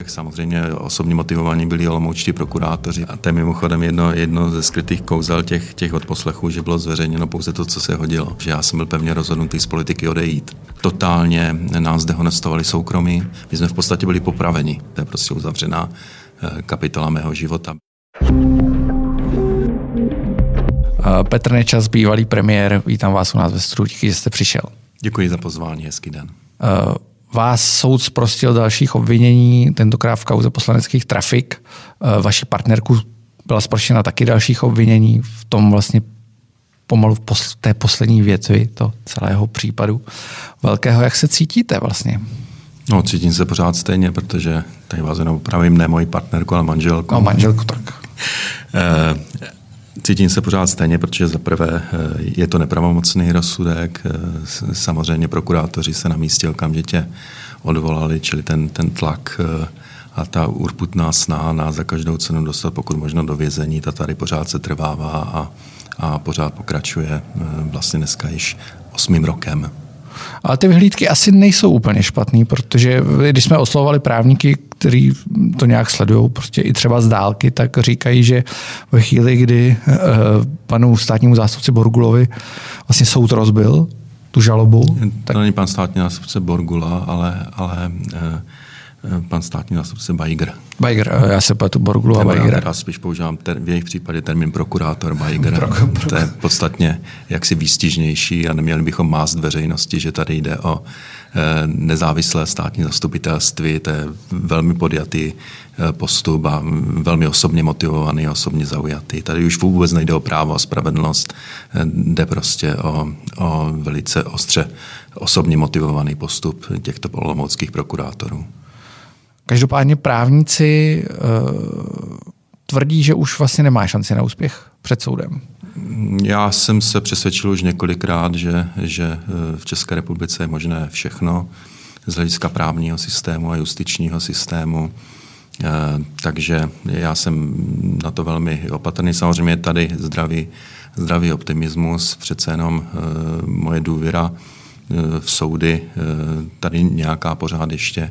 Samozřejmě osobně motivovaní byli olomoučtí prokurátoři. A to je mimochodem jedno ze skrytých kouzel těch odposlechů, že bylo zveřejněno pouze to, co se hodilo. Že já jsem byl pevně rozhodnutý z politiky odejít. Totálně nás dehonestovali soukromí. My jsme v podstatě byli popraveni. To je prostě uzavřená kapitola mého života. Petr Nečas, bývalý premiér, vítám vás u nás ve studiu, díky, že jste přišel. Děkuji za pozvání, hezký den. Vás soud zprostil dalších obvinění, tentokrát v kauze poslaneckých trafik. Vaši partnerku byla zproštěna taky dalších obvinění v tom vlastně pomalu v té poslední větvi to celého případu velkého. Jak se cítíte vlastně? No, cítím se pořád stejně, protože tady vás jenom opravím, ne moji partnerku, ale manželku. No, manželku tak. Cítím se pořád stejně, protože zaprvé je to nepravomocný rozsudek. Samozřejmě prokurátoři se na místě okamžitě odvolali, čili ten tlak a ta urputná snaha nás za každou cenu dostat pokud možno do vězení, ta tady pořád se trvává a pořád pokračuje vlastně dneska již 8. rokem. Ale ty vyhlídky asi nejsou úplně špatný, protože když jsme oslovovali právníky, kteří to nějak sledují, prostě i třeba z dálky, tak říkají, že ve chvíli, kdy panu státnímu zástupci Borgulovi vlastně soud rozbil tu žalobu. To není pan státní zástupce Borgula, ale pan státní zástupce Bajgr. Bajgr, já se pletu Borgulu a Bajgra. Já spíš používám v jejich případě termín prokurátor Bajgr. To je podstatně jaksi výstižnější a neměli bychom mást veřejnosti, že tady jde o nezávislé státní zastupitelství. To je velmi podjatý postup a velmi osobně motivovaný, osobně zaujatý. Tady už vůbec nejde o právo a spravedlnost, jde prostě o velice ostře osobně motivovaný postup těchto olomouckých prokurátorů. Každopádně právníci tvrdí, že už vlastně nemá šanci na úspěch před soudem. Já jsem se přesvědčil už několikrát, že v České republice je možné všechno z hlediska právního systému a justičního systému. Takže já jsem na to velmi opatrný. Samozřejmě je tady zdravý optimismus, přece jenom moje důvěra v soudy tady nějaká pořád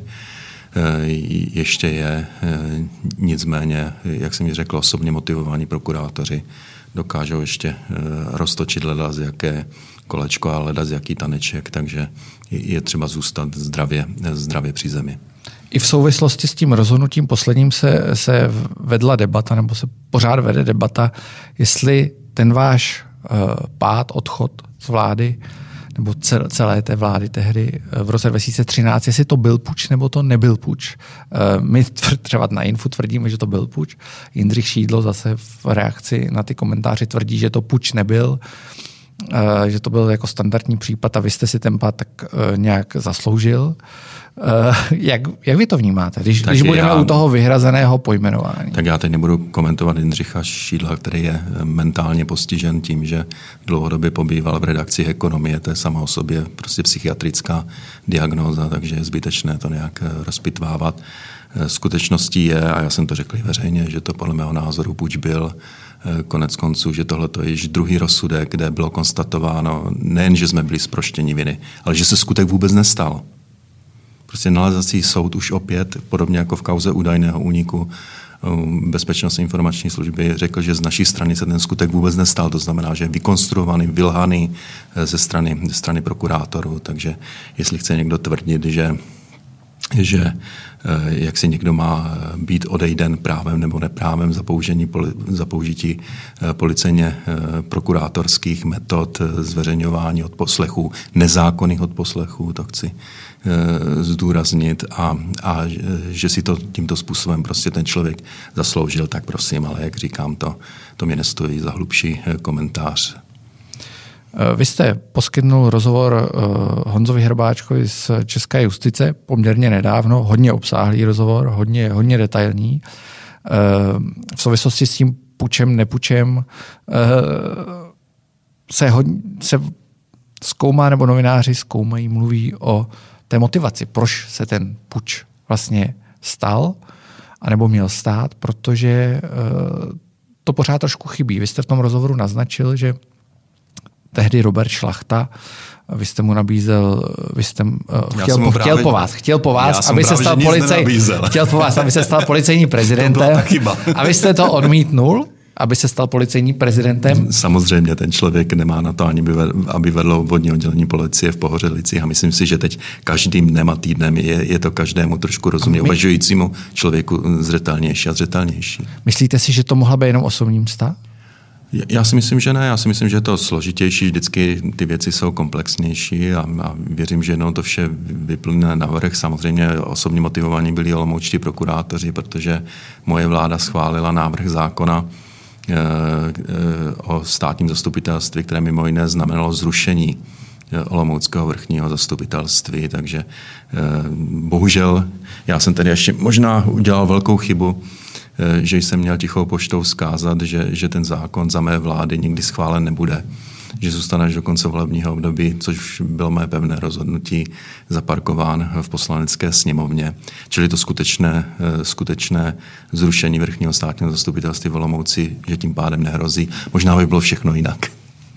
ještě je, nicméně, jak jsem ji řekl, osobně motivovaní prokurátoři dokážou ještě roztočit leda z jaké kolečko a leda z jaký taneček, takže je třeba zůstat zdravě při zemi. I v souvislosti s tím rozhodnutím posledním se vedla debata, nebo se pořád vede debata, jestli ten váš odchod z vlády nebo celé té vlády tehdy v roce 2013, jestli to byl puč, nebo to nebyl puč. My třeba na Infu tvrdíme, že to byl puč. Jindřich Šídlo zase v reakci na ty komentáře tvrdí, že to puč nebyl, že to byl jako standardní případ a vy jste si ten pád tak nějak zasloužil. Jak vy to vnímáte, když budeme u toho vyhrazeného pojmenování? Tak já teď nebudu komentovat Jindřicha Šídla, který je mentálně postižen tím, že dlouhodobě pobýval v redakci Ekonomie. To je sama o sobě prostě psychiatrická diagnóza, takže je zbytečné to nějak rozpitvávat. Skutečností je, a já jsem to řekl veřejně, že to podle mého názoru puč byl, konec konců, že tohle je již druhý rozsudek, kde bylo konstatováno nejen, že jsme byli zproštěni viny, ale že se skutek vůbec nestal. Prostě nalezací soud už opět, podobně jako v kauze údajného úniku Bezpečnostní informační služby, řekl, že z naší strany se ten skutek vůbec nestal. To znamená, že je vykonstruovaný, vylhaný ze strany prokurátorů. Takže jestli chce někdo tvrdit, že jak si někdo má být odejden právem nebo neprávem za použití policejně prokurátorských metod, zveřejňování odposlechů, nezákonných odposlechů, to chci zdůraznit a že si to tímto způsobem prostě ten člověk zasloužil, tak prosím, ale jak říkám, to mě nestojí za hlubší komentář. Vy jste poskytnul rozhovor Honzovi Hrbáčkovi z České justice poměrně nedávno, hodně obsáhlý rozhovor, hodně detailní. V souvislosti s tím pučem, nepučem se zkoumá, nebo novináři zkoumají, mluví o té motivaci, proč se ten puč vlastně stal, anebo měl stát, protože to pořád trošku chybí. Vy jste v tom rozhovoru naznačil, že tehdy Robert Šlachta. Vy jste mu nabízel, chtěl po vás, aby se stal policejní prezidentem. A vy jste to odmítnul, aby se stal policejním prezidentem? Samozřejmě ten člověk nemá na to ani, aby vedl obvodní oddělení policie v Pohořelicích a myslím si, že teď každým dnem a týdnem je to každému trošku rozumně uvažujícímu člověku zřetelnější a zřetelnější. Myslíte si, že to mohla být jenom osobní msta? Já si myslím, že ne. Já si myslím, že je to složitější. Vždycky ty věci jsou komplexnější a věřím, že jednou to vše vyplyne na vrch. Samozřejmě osobně motivovaní byli olomoučtí prokurátoři, protože moje vláda schválila návrh zákona o státním zastupitelství, které mimo jiné znamenalo zrušení olomouckého vrchního zastupitelství. Takže bohužel já jsem tady ještě možná udělal velkou chybu, že jsem měl tichou poštou vzkázat, že ten zákon za mé vlády nikdy schválen nebude. Že zůstane až do konce volebního období, což bylo mé pevné rozhodnutí, zaparkován v Poslanecké sněmovně. Čili to skutečné zrušení vrchního státního zastupitelství v Olomouci, že tím pádem nehrozí. Možná by bylo všechno jinak.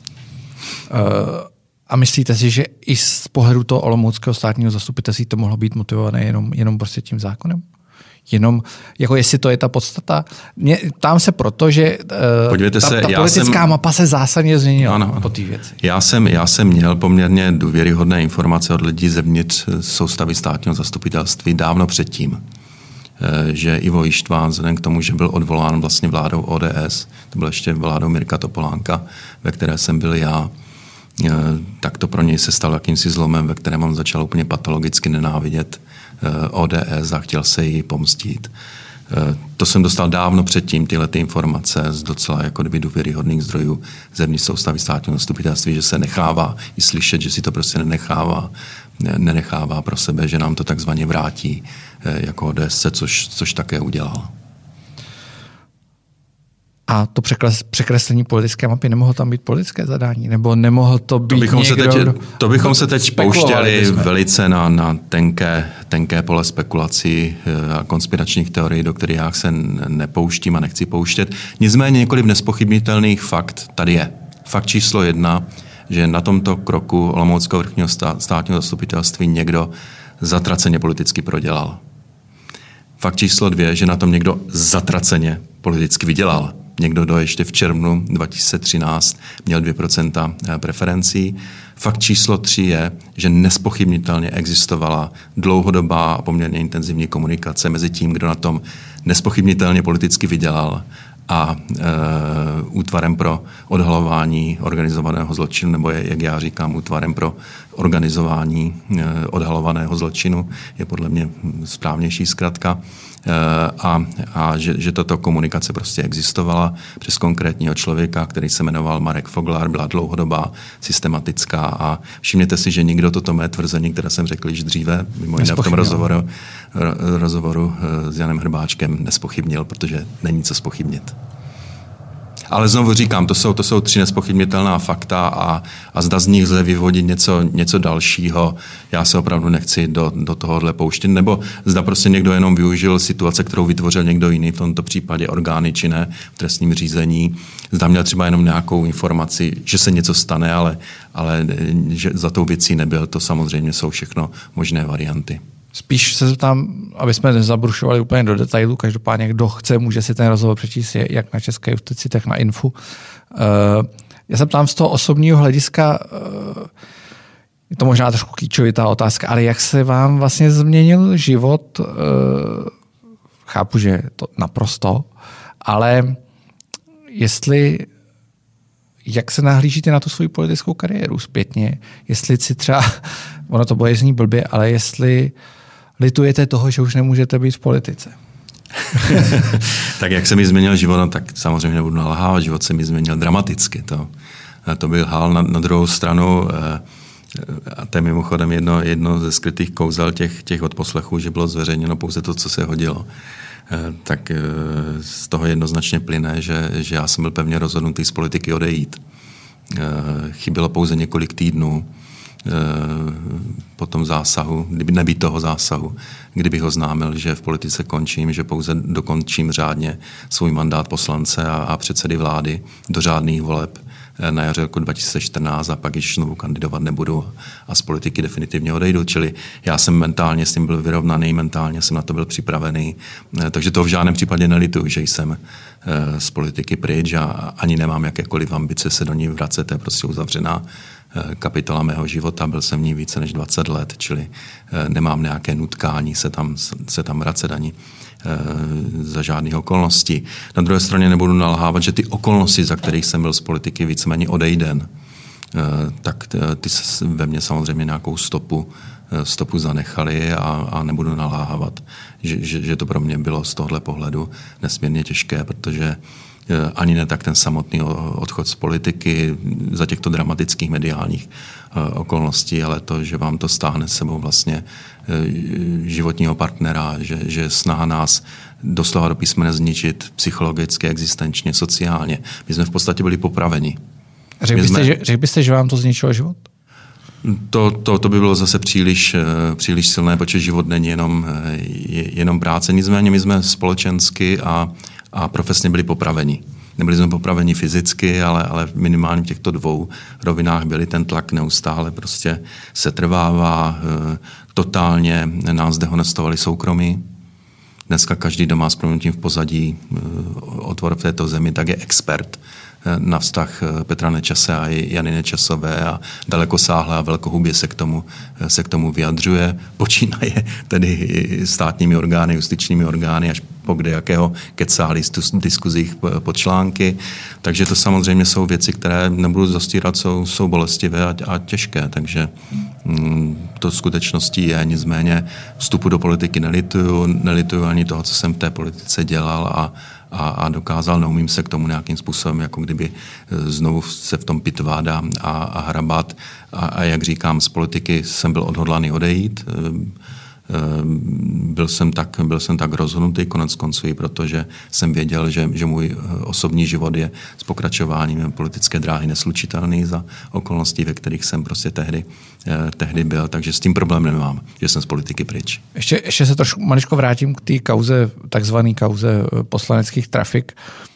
A myslíte si, že i z pohledu toho olomouckého státního zastupitelství to mohlo být motivované jenom prostě tím zákonem? Jenom, jako jestli to je ta podstata. Ptám se proto, že ta politická mapa se zásadně změnila po té věci. Já jsem měl poměrně důvěryhodné informace od lidí zevnitř soustavy státního zastupitelství dávno předtím, že Ivo Ištván, vzhledem k tomu, že byl odvolán vlastně vládou ODS, to byl ještě vládou Mirka Topolánka, ve které jsem byl já, tak to pro něj se stalo jakýmsi zlomem, ve kterém on začal úplně patologicky nenávidět ODS a chtěl se jí pomstít. To jsem dostal dávno předtím, tyhle ty informace z docela jako kdyby důvěryhodných zdrojů zevnitř soustavy státního zastupitelství, že se nechává i slyšet, že si to prostě nenechává pro sebe, že nám to takzvaně vrátí jako ODS, což také udělal. A to překreslení politické mapy, nemohlo tam být politické zadání? Nebo nemohl to být To bychom se teď pouštěli velice na tenké pole spekulací a konspiračních teorií, do kterých já se nepouštím a nechci pouštět. Nicméně několik nespochybnitelných fakt tady je. Fakt číslo 1, že na tomto kroku Olomouckého vrchního státního zastupitelství někdo zatraceně politicky prodělal. Fakt číslo 2, že na tom někdo zatraceně politicky vydělal. Někdo, kdo ještě v červnu 2013 měl 2% preferencí. Fakt číslo 3 je, že nespochybnitelně existovala dlouhodobá a poměrně intenzivní komunikace mezi tím, kdo na tom nespochybnitelně politicky vydělal a útvarem pro odhalování organizovaného zločinu, nebo jak já říkám, útvarem pro organizování odhalovaného zločinu, je podle mě správnější zkratka. A že tato komunikace prostě existovala přes konkrétního člověka, který se jmenoval Marek Foglar, byla dlouhodobá, systematická a všimněte si, že nikdo toto mé tvrzení, které jsem řekl již dříve, mimo jiné v tom rozhovoru s Janem Hrbáčkem nespochybnil, protože není co zpochybnit. Ale znovu říkám, to jsou 3 nespochybnitelná fakta a zda z nich lze vyvodit něco dalšího, já se opravdu nechci do tohohle pouštět, nebo zda prostě někdo jenom využil situace, kterou vytvořil někdo jiný, v tomto případě orgány činné v trestním řízení, zda měl třeba jenom nějakou informaci, že se něco stane, ale že za tou věcí nebyl, to samozřejmě jsou všechno možné varianty. Spíš se zeptám, aby jsme nezabrušovali úplně do detailů, každopádně kdo chce, může si ten rozhovor přečíst jak na České justici, tak na Infu. Já se ptám z toho osobního hlediska, je to možná trošku klíčovitá otázka, ale jak se vám vlastně změnil život? Chápu, že to naprosto, ale jak se nahlížíte na tu svou politickou kariéru zpětně? Jestli si třeba, ono to bude znít blbě, ale jestli litujete toho, že už nemůžete být v politice? Tak jak se mi změnil život, tak samozřejmě nebudu nalhávat, život se mi změnil dramaticky. To byl hál na druhou stranu, a to je mimochodem jedno ze skrytých kouzel těch odposlechů, že bylo zveřejněno pouze to, co se hodilo. Tak z toho jednoznačně plyne, že já jsem byl pevně rozhodnutý z politiky odejít. Chybělo pouze několik týdnů po tom zásahu, nebýt toho zásahu, kdybych oznámil, že v politice končím, že pouze dokončím řádně svůj mandát poslance a předsedy vlády do řádných voleb na jaře roku 2014 a pak již znovu kandidovat nebudu a z politiky definitivně odejdu. Čili já jsem mentálně s tím byl vyrovnaný, mentálně jsem na to byl připravený. Takže to v žádném případě nelituju, že jsem z politiky pryč a ani nemám jakékoliv ambice se do ní vracet. To je prostě uzavřená kapitola mého života. Byl jsem v ní více než 20 let, čili nemám nějaké nutkání se tam vracet ani za žádných okolností. Na druhé straně nebudu nalhávat, že ty okolnosti, za kterých jsem byl z politiky víceméně odejden, tak ty ve mně samozřejmě nějakou stopu zanechali a nebudu nalhávat, že to pro mě bylo z tohle pohledu nesmírně těžké, protože ani ne tak ten samotný odchod z politiky za těchto dramatických mediálních okolností, ale to, že vám to stáhne s sebou vlastně životního partnera, že snaha nás doslova do písmene zničit psychologicky, existenčně, sociálně. My jsme v podstatě byli popraveni. Řekl byste, že vám to zničilo život? To by bylo zase příliš silné, protože život není jenom práce. Nicméně my jsme společensky a profesně byli popraveni. Nebyli jsme popraveni fyzicky, ale minimálně v těchto dvou rovinách byli ten tlak neustále prostě setrvává. Totálně nás dehonestovali soukromí. Dneska každý, kdo má s prominutím v pozadí otvor v této zemi, tak je expert na vztah Petra Nečase a Jany Nečasové a dalekosáhle a velkohubě se k tomu vyjadřuje. Počínaje tedy státními orgány, justičními orgány až po kdejakého kecáli z diskuzích pod články. Takže to samozřejmě jsou věci, které nebudu zastírat, jsou bolestivé a těžké. Takže to skutečností je, nicméně vstupu do politiky nelituju ani toho, co jsem v té politice dělal a dokázal, neumím se k tomu nějakým způsobem, jako kdyby znovu se v tom pitvat a hrabat. A jak říkám, z politiky jsem byl odhodlaný odejít. Byl jsem tak rozhodnutý konec konců, protože jsem věděl, že můj osobní život je s pokračováním politické dráhy neslučitelný za okolností, ve kterých jsem prostě tehdy byl, takže s tím problém nemám, že jsem z politiky pryč. Ještě se trošku maličko vrátím k té kauze, takzvané kauze poslaneckých trafik.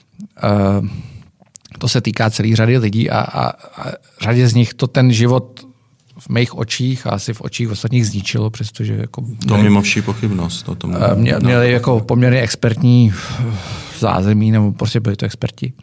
To se týká celé řady lidí a řadě z nich to ten život v mých očích a asi v očích ostatních zničilo, přestože jako to mimo vší pochybnost. Měli jako poměrně expertní zázemí, nebo prostě byli to experti.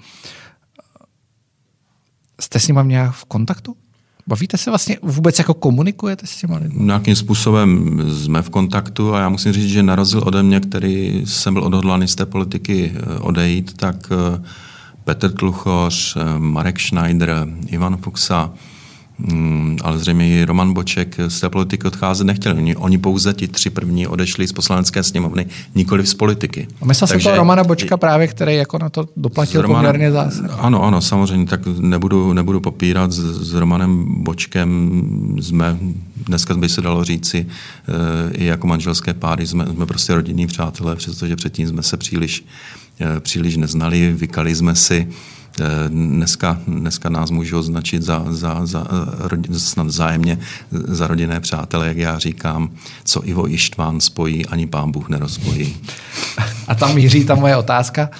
Jste s nimi nějak v kontaktu? Bavíte se vlastně vůbec, jako komunikujete s těma lidmi? Nějakým způsobem jsme v kontaktu a já musím říct, že na rozdíl ode mě, který jsem byl odhodlaný z té politiky odejít, tak Petr Tluchoř, Marek Schneider, Ivan Fuchsa, ale zřejmě i Roman Boček z té politiky odcházet nechtěli. Oni pouze ti 3 první odešli z poslanecké sněmovny, nikoli z politiky. A myslel se to Romana Bočka právě, který jako na to doplatil poměrně zásadně. Ano, samozřejmě, tak nebudu popírat. S Romanem Bočkem jsme, dneska by se dalo říci, i jako manželské páry, jsme prostě rodinní přátelé, přestože předtím jsme se příliš neznali, vykali jsme si. Dneska nás můžu označit snad vzájemně za rodinné přátelé, jak já říkám, co Ivo Ištván spojí, ani Pán Bůh nerozpojí. A tam míří ta moje otázka.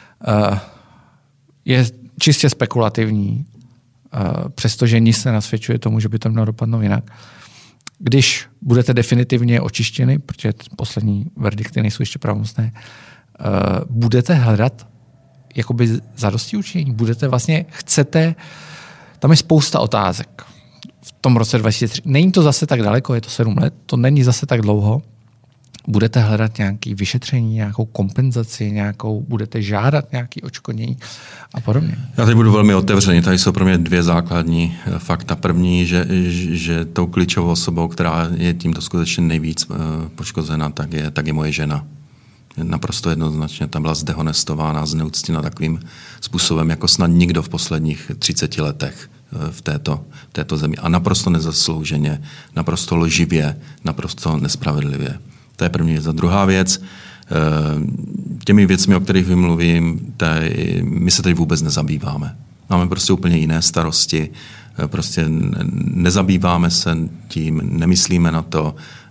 Je čistě spekulativní, přestože nic se nasvědčuje tomu, že by to mělo dopadnout jinak. Když budete definitivně očištěni, protože poslední verdikty nejsou ještě pravomocné, budete hledat jakoby zadostiučinění. Budete vlastně, chcete, tam je spousta otázek v tom roce 2003. Není to zase tak daleko, je to 7 let, to není zase tak dlouho. Budete hledat nějaké vyšetření, nějakou kompenzaci, budete žádat nějaké odškodnění a podobně. Já teď budu velmi otevřený. Tady jsou pro mě 2 základní fakta. První, že tou klíčovou osobou, která je tímto skutečně nejvíc poškozena, tak je moje žena. Naprosto jednoznačně ta byla zdehonestována, zneuctěna takovým způsobem, jako snad nikdo v posledních 30 letech v této zemi. A naprosto nezaslouženě, naprosto lživě, naprosto nespravedlivě. To je první věc. A druhá věc, těmi věcmi, o kterých vymluvím, my se tady vůbec nezabýváme. Máme prostě úplně jiné starosti, prostě nezabýváme se tím, nemyslíme na to,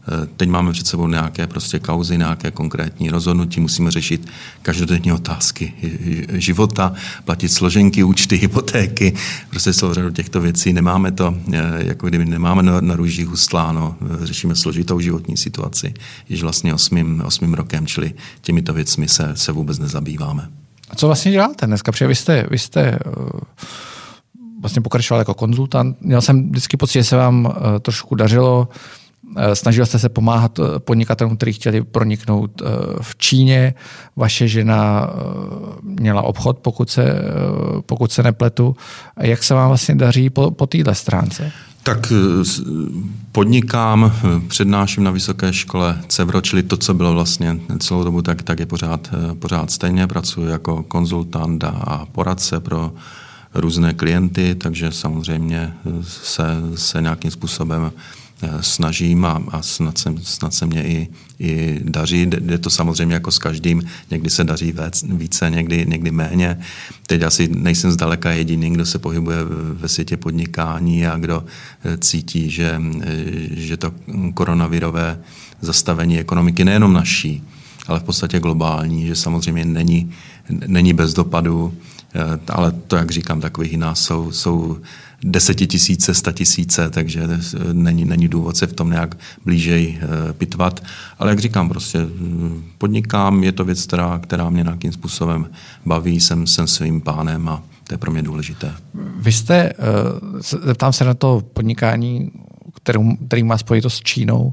Teď máme před sebou nějaké prostě kauzy, nějaké konkrétní rozhodnutí, musíme řešit každodenní otázky života, platit složenky, účty, hypotéky, prostě celou řadu těchto věcí. Nemáme to, jako kdyby nemáme na růžích ustláno, řešíme složitou životní situaci, již vlastně 8. rokem, čili těmito věcmi se vůbec nezabýváme. A co vlastně děláte dneska? Protože vy jste vlastně pokračoval jako konzultant. Měl jsem vždycky pocit, že se vám trošku dařilo. Snažil jste se pomáhat podnikatelům, kteří chtěli proniknout v Číně. Vaše žena měla obchod, pokud se nepletu. A jak se vám vlastně daří po téhle stránce? Tak podnikám, přednáším na vysoké škole CEVRO, čili to, co bylo vlastně celou dobu, tak je pořád stejně. Pracuji jako konzultant a poradce pro různé klienty, takže samozřejmě se nějakým způsobem snažím a snad se mě i daří. Jde to samozřejmě jako s každým. Někdy se daří více, někdy méně. Teď asi nejsem zdaleka jediný, kdo se pohybuje ve světě podnikání a kdo cítí, že to koronavirové zastavení ekonomiky nejenom naší, ale v podstatě globální, že samozřejmě není bez dopadu, ale to, jak říkám, takových i nás jsou 10 000, 100 000, takže není důvod se v tom nějak blížej pitvat. Ale jak říkám, prostě podnikám, je to věc, která mě nějakým způsobem baví, jsem svým pánem a to je pro mě důležité. Vy jste, zeptám se na to podnikání, který má spojitost s Čínou.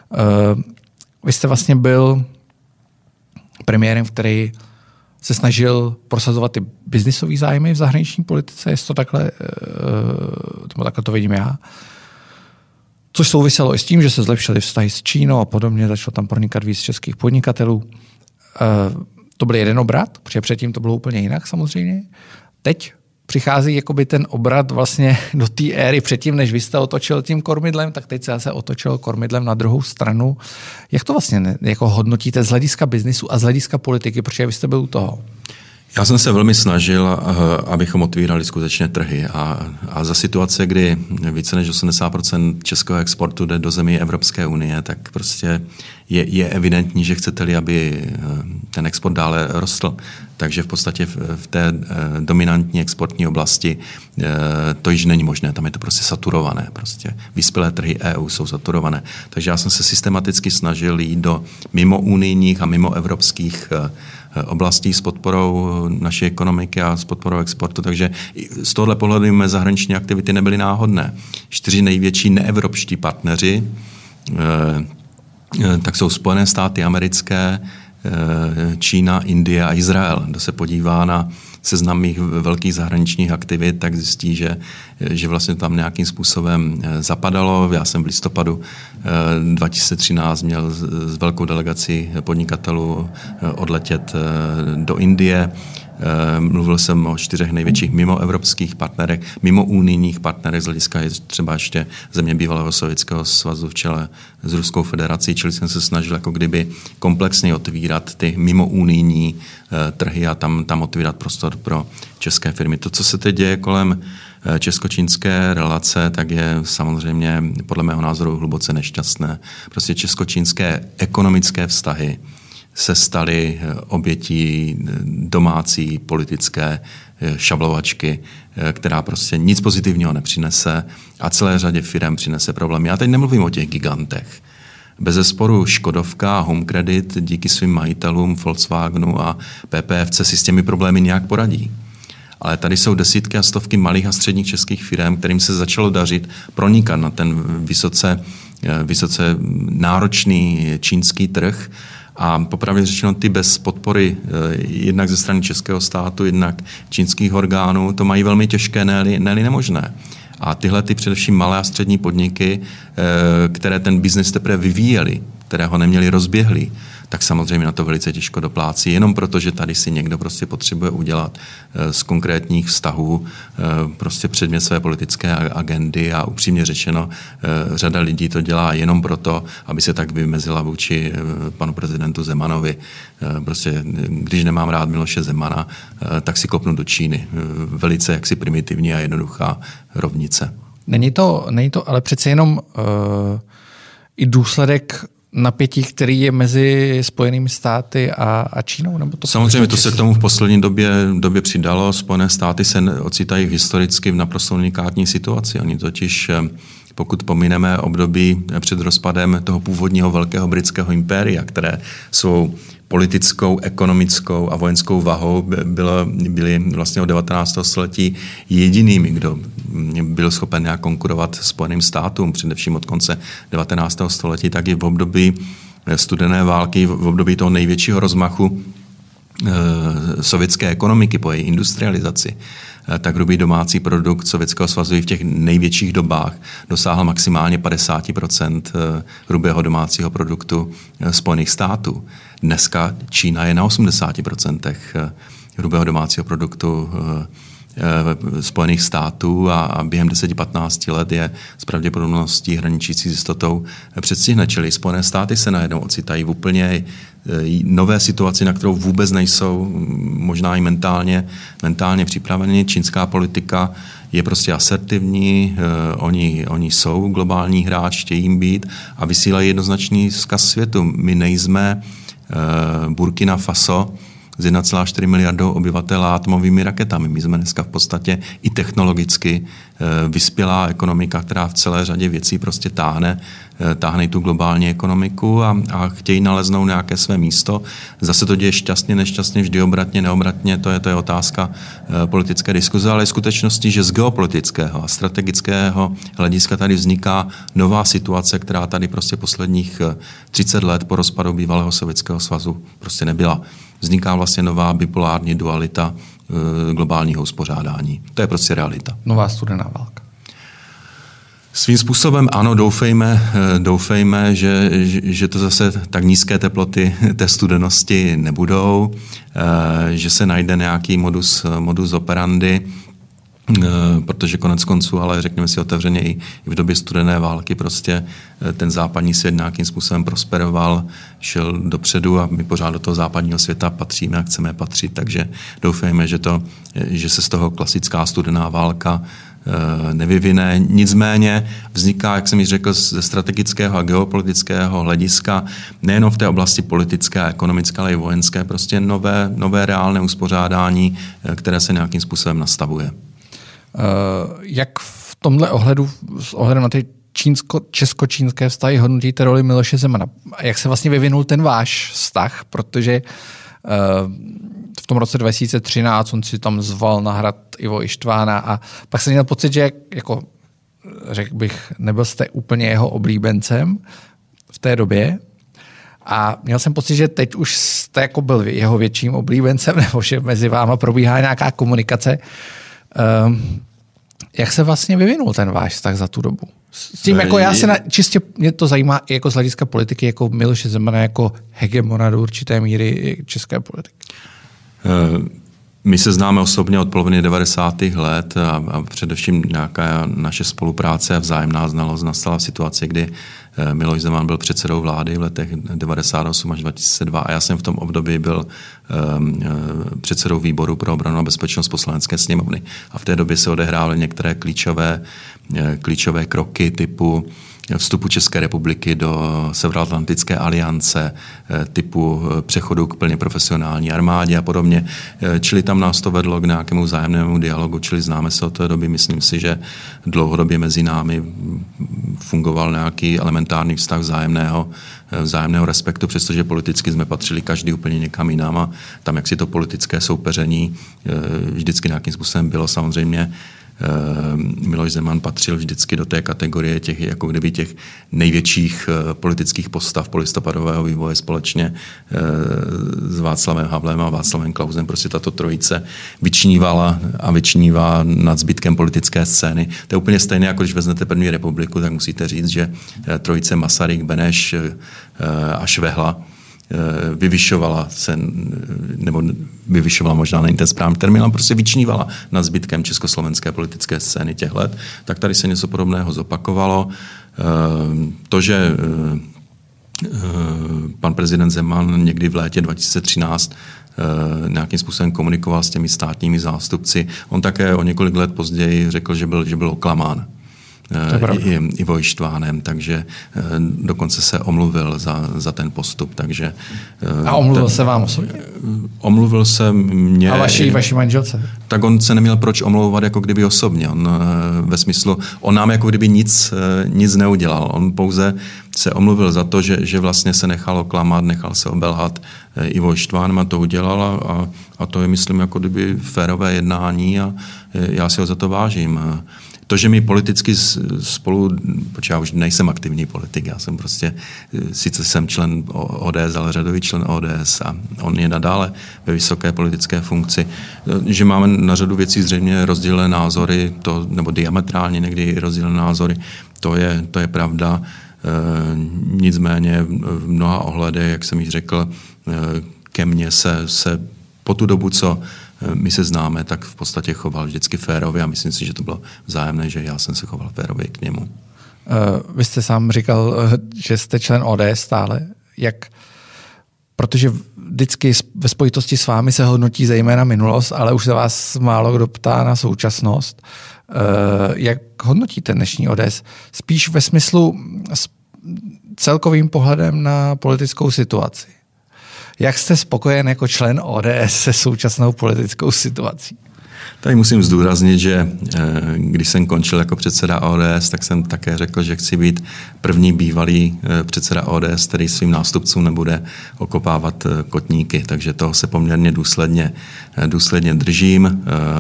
Vy jste vlastně byl premiérem, který se snažil prosazovat ty biznisové zájmy v zahraniční politice, jestli to takhle to vidím já. Což souviselo i s tím, že se zlepšily vztahy s Čínou a podobně, začalo tam pronikat víc českých podnikatelů. To byl jeden obrat, protože předtím to bylo úplně jinak samozřejmě. Teď přichází jakoby ten obrat vlastně do té éry předtím, než vy jste otočil tím kormidlem, tak teď se zase otočil kormidlem na druhou stranu. Jak to vlastně jako hodnotíte z hlediska biznisu a z hlediska politiky, protože vy jste byl u toho? Já jsem se velmi snažil, abychom otvírali skutečně trhy a za situace, kdy více než 80% českého exportu jde do zemí Evropské unie, tak prostě je evidentní, že chcete-li, aby ten export dále rostl. Takže v podstatě v té dominantní exportní oblasti to již není možné, tam je to prostě saturované. Prostě vyspělé trhy EU jsou saturované. Takže já jsem se systematicky snažil jít do mimounijních a mimoevropských oblastí s podporou naší ekonomiky a s podporou exportu. Takže z tohohle pohledu mé zahraniční aktivity nebyly náhodné. 4 největší neevropští partneři tak jsou Spojené státy americké, Čína, Indie a Izrael. Kdo se podívá na seznam mých velkých zahraničních aktivit, tak zjistí, že vlastně tam nějakým způsobem zapadalo. Já jsem v listopadu 2013 měl s velkou delegací podnikatelů odletět do Indie. Mluvil jsem o 4 největších mimoevropských partnerech, mimounijních partnerech, z hlediska je třeba ještě země bývalého Sovětského svazu v čele s Ruskou federací, čili jsem se snažil jako kdyby komplexně otvírat ty mimounijní trhy a tam otvírat prostor pro české firmy. To, co se teď děje kolem česko-čínské relace, tak je samozřejmě podle mého názoru hluboce nešťastné. Prostě česko-čínské ekonomické vztahy se staly obětí domácí politické šablovačky, která prostě nic pozitivního nepřinese a celé řadě firem přinese problémy. Já teď nemluvím o těch gigantech. Bezesporu Škodovka a Home Credit díky svým majitelům Volkswagenu a PPFC si s těmi problémy nějak poradí. Ale tady jsou desítky a stovky malých a středních českých firm, kterým se začalo dařit pronikat na ten vysoce náročný čínský trh. A popravdě řečeno, ty bez podpory jednak ze strany českého státu, jednak čínských orgánů, to mají velmi těžké, ne-li nemožné. A tyhle ty především malé a střední podniky, které ten biznes teprve vyvíjeli, které ho neměli rozběhlý, tak samozřejmě na to velice těžko doplácí, jenom proto, že tady si někdo prostě potřebuje udělat z konkrétních vztahů prostě předmět své politické agendy a upřímně řečeno, řada lidí to dělá jenom proto, aby se tak vymezila vůči panu prezidentu Zemanovi. Prostě, když nemám rád Miloše Zemana, tak si kopnu do Číny. Velice jaksi primitivní a jednoduchá rovnice. Není to ale přece jenom i důsledek napětí, který je mezi Spojenými státy a Čínou? Nebo to samozřejmě to se k tomu v poslední době přidalo. Spojené státy se ocitají historicky v naprosto unikátní situaci. Oni totiž, pokud pomineme období před rozpadem toho původního velkého britského impéria, které svou politickou, ekonomickou a vojenskou vahou byli vlastně od 19. století jedinými, kdo byl schopen nějak konkurovat Spojeným státům, především od konce 19. století, tak i v období studené války, v období toho největšího rozmachu sovětské ekonomiky po její industrializaci, tak hrubý domácí produkt Sovětského svazu v těch největších dobách dosáhl maximálně 50% hrubého domácího produktu Spojených států. Dneska Čína je na 80% hrubého domácího produktu Spojených států a během 10-15 let je s pravděpodobností hraničící s jistotou předstihne. Čili Spojené státy se najednou ocitají v úplně nové situaci, na kterou vůbec nejsou možná i mentálně připraveni. Čínská politika je prostě asertivní, oni jsou globální hráč, chtějí jim být a vysílají jednoznačný vzkaz světu. My nejsme Burkina Faso s 1,4 miliardou obyvatel a atomovými raketami. My jsme dneska v podstatě i technologicky vyspělá ekonomika, která v celé řadě věcí prostě táhne tu globální ekonomiku a chtějí naleznout nějaké své místo. Zase to děje šťastně, nešťastně, vždy obratně, neobratně, to je otázka politické diskuze, ale je skutečností, že z geopolitického a strategického hlediska tady vzniká nová situace, která tady prostě posledních 30 let po rozpadu bývalého Sovětského svazu prostě nebyla. Vzniká vlastně nová bipolární dualita globálního uspořádání. To je prostě realita. Nová studená válka. Svým způsobem ano, doufejme, že to zase tak nízké teploty té studenosti nebudou, že se najde nějaký modus operandi, protože konec konců, ale řekněme si otevřeně, i v době studené války prostě ten západní svět nějakým způsobem prosperoval, šel dopředu a my pořád do toho západního světa patříme a chceme patřit, takže doufejme, že se z toho klasická studená válka nevyvine. Nicméně vzniká, jak jsem již řekl, ze strategického a geopolitického hlediska nejenom v té oblasti politické a ekonomické, ale i vojenské, prostě nové reálné uspořádání, které se nějakým způsobem nastavuje. Jak v tomhle ohledu, s ohledem na ty česko-čínské vztahy, hodnotíte roli Miloše Zemana? Jak se vlastně vyvinul ten váš vztah? Protože v tom roce 2013 on si tam zval na hrad Ivo Ištvána a pak jsem měl pocit, že jako, řekl bych, nebyl jste úplně jeho oblíbencem v té době. A měl jsem pocit, že teď už jste jako byl jeho větším oblíbencem, nebo že mezi váma probíhá nějaká komunikace. Jak se vlastně vyvinul ten váš vztah za tu dobu? S tím, jako čistě mě to zajímá i jako z hlediska politiky, jako Miloše Zemana, jako hegemona do určité míry české politiky. My se známe osobně od poloviny 90. let a především nějaká naše spolupráce a vzájemná znalost nastala v situaci, kdy Miloš Zeman byl předsedou vlády v letech 98 až 2002 a já jsem v tom období byl předsedou výboru pro obranu a bezpečnost Poslanecké sněmovny. A v té době se odehrávaly některé klíčové kroky typu vstupu České republiky do Severoatlantické aliance, typu přechodu k plně profesionální armádě a podobně. Čili tam nás to vedlo k nějakému vzájemnému dialogu, čili známe se od té doby. Myslím si, že dlouhodobě mezi námi fungoval nějaký elementární vztah vzájemného respektu, přestože politicky jsme patřili každý úplně někam jinam a tam, jak si to politické soupeření vždycky nějakým způsobem bylo samozřejmě. Miloš Zeman patřil vždycky do té kategorie těch, jako kdyby těch největších politických postav polistopadového vývoje společně s Václavem Havlem a Václavem Klausem. Prostě tato trojice vyčnívala a vyčnívá nad zbytkem politické scény. To je úplně stejné, jako když vezmete první republiku, tak musíte říct, že trojice Masaryk, Beneš a Švehla vyvyšovala se, nebo vyvyšovala možná není ten správný termín, ale prostě vyčnívala nad zbytkem československé politické scény těch let, tak tady se něco podobného zopakovalo. To, že pan prezident Zeman někdy v létě 2013 nějakým způsobem komunikoval s těmi státními zástupci, on také o několik let později řekl, že byl oklamán. Ivo Ištvánem, takže dokonce se omluvil za ten postup. Takže, a omluvil se vám osobně? Omluvil se mě. A vaší manželce? Tak on se neměl proč omlouvat jako kdyby osobně. On ve smyslu, on nám jako kdyby nic neudělal. On pouze se omluvil za to, že vlastně se nechal oklamat, nechal se obelhat Ivo Ištvánem a to udělal a to je, myslím, jako kdyby férové jednání a já si ho za to vážím. To, že my politicky spolu, protože já už nejsem aktivní politik, já jsem prostě, sice jsem člen ODS, ale řadový člen ODS a on je nadále ve vysoké politické funkci, že máme na řadu věcí zřejmě rozdílné názory, nebo diametrálně někdy rozdílné názory, to je pravda. Nicméně v mnoha ohledech, jak jsem již řekl, ke mně se po tu dobu, co my se známe, tak v podstatě choval vždycky férově a myslím si, že to bylo vzájemné, že já jsem se choval férově k němu. Vy jste sám říkal, že jste člen ODS stále. Protože vždycky ve spojitosti s vámi se hodnotí zejména minulost, ale už se vás málo kdo ptá na současnost. Jak hodnotíte dnešní ODS? Spíš ve smyslu s celkovým pohledem na politickou situaci. Jak jste spokojen jako člen ODS se současnou politickou situací? Tady musím zdůraznit, že když jsem končil jako předseda ODS, tak jsem také řekl, že chci být první bývalý předseda ODS, který svým nástupcům nebude okopávat kotníky. Takže toho se poměrně důsledně držím.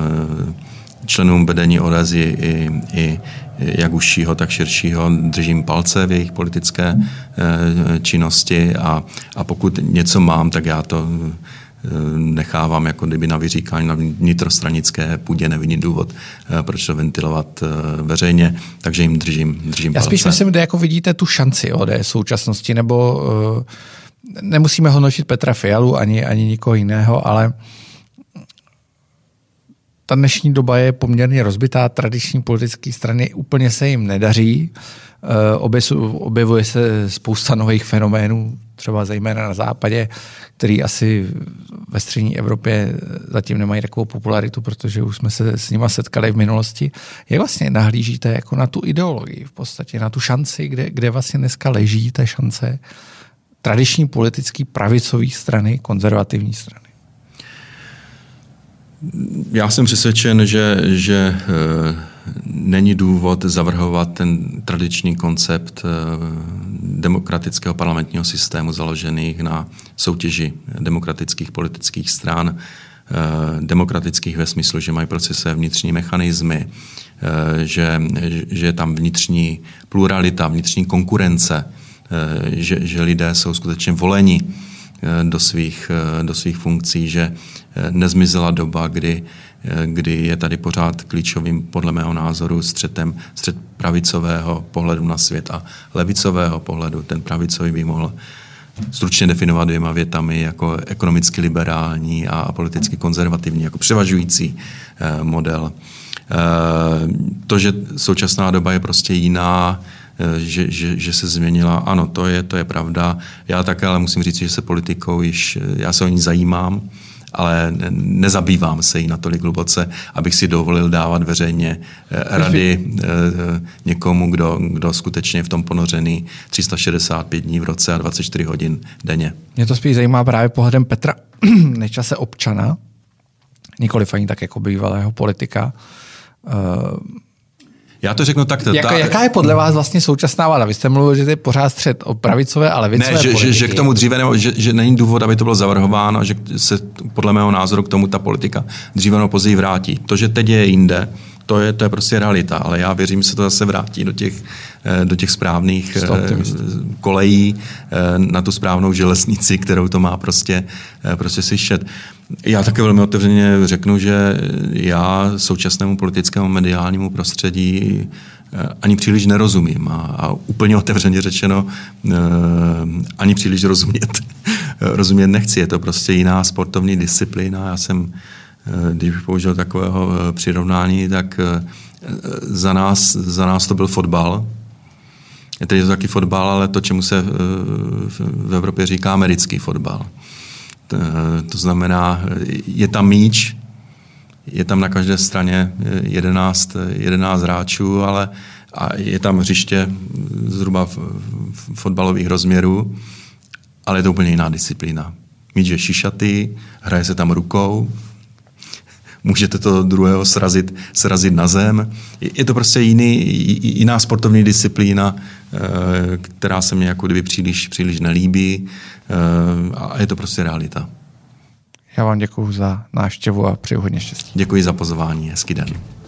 Členům vedení ODS i jak užšího, tak širšího držím palce v jejich politické činnosti a pokud něco mám, tak já to nechávám jako kdyby na vyříkání na vnitrostranické půdě, nevidím důvod, proč to ventilovat veřejně, takže jim držím palce. Já spíš myslím, kde jako vidíte tu šanci ODS v současnosti, nebo nemusíme hodnotit Petra Fialu ani nikoho jiného, ale ta dnešní doba je poměrně rozbitá, tradiční politické strany úplně se jim nedaří. Objevuje se spousta nových fenoménů, třeba zejména na západě, který asi ve střední Evropě zatím nemají takovou popularitu, protože už jsme se s nima setkali v minulosti. Jak vlastně nahlížíte jako na tu ideologii v podstatě, na tu šanci, kde vlastně dneska leží ta šance tradiční politický pravicové strany, konzervativní strany? Já jsem přesvědčen, že není důvod zavrhovat ten tradiční koncept demokratického parlamentního systému založených na soutěži demokratických politických stran, demokratických ve smyslu, že mají procesy vnitřní mechanismy, že je tam vnitřní pluralita, vnitřní konkurence, že lidé jsou skutečně voleni do svých funkcí, že nezmizela doba, kdy je tady pořád klíčovým, podle mého názoru, střet pravicového pohledu na svět a levicového pohledu. Ten pravicový by mohl stručně definovat 2 větami jako ekonomicky liberální a politicky konzervativní, jako převažující model. To, že současná doba je prostě jiná, že se změnila. Ano, to je pravda. Já také, ale musím říct, že se politikou já se o ní zajímám, ale nezabývám se jí natolik hluboce, abych si dovolil dávat veřejně rady někomu, kdo skutečně je v tom ponořený 365 dní v roce a 24 hodin denně. Mě to spíš zajímá právě pohledem Petra Nečase občana, nikoliv ani tak jako bývalého politika. Já to řeknu takto. Jaká je podle vás vlastně současná vláda? Vy jste mluvil, že to je pořád střed o pravicové a levicové politiky. Že k tomu dříve, že není důvod, aby to bylo zavrhováno, že se podle mého názoru k tomu ta politika dříve nebo později vrátí. To, že teď je jinde, to je prostě realita, ale já věřím, že se to zase vrátí do těch správných kolejí, na tu správnou železnici, kterou to má prostě slyšet. Já také velmi otevřeně řeknu, že já současnému politickému mediálnímu prostředí ani příliš nerozumím a úplně otevřeně řečeno ani příliš rozumět nechci. Je to prostě jiná sportovní disciplína. Já jsem, když bych použil takového přirovnání, tak za nás to byl fotbal. Teď je to taky fotbal, ale to, čemu se v Evropě říká americký fotbal. To znamená, je tam míč, je tam na každé straně 11 hráčů, a je tam hřiště zhruba fotbalových rozměrů, ale je to úplně jiná disciplína. Míč je šišatý, hraje se tam rukou, můžete to druhého srazit na zem. Je to prostě jiná sportovní disciplína, která se mi jako kdyby příliš nelíbí a je to prostě realita. Já vám děkuju za návštěvu a přeju hodně štěstí. Děkuji za pozvání, hezký den.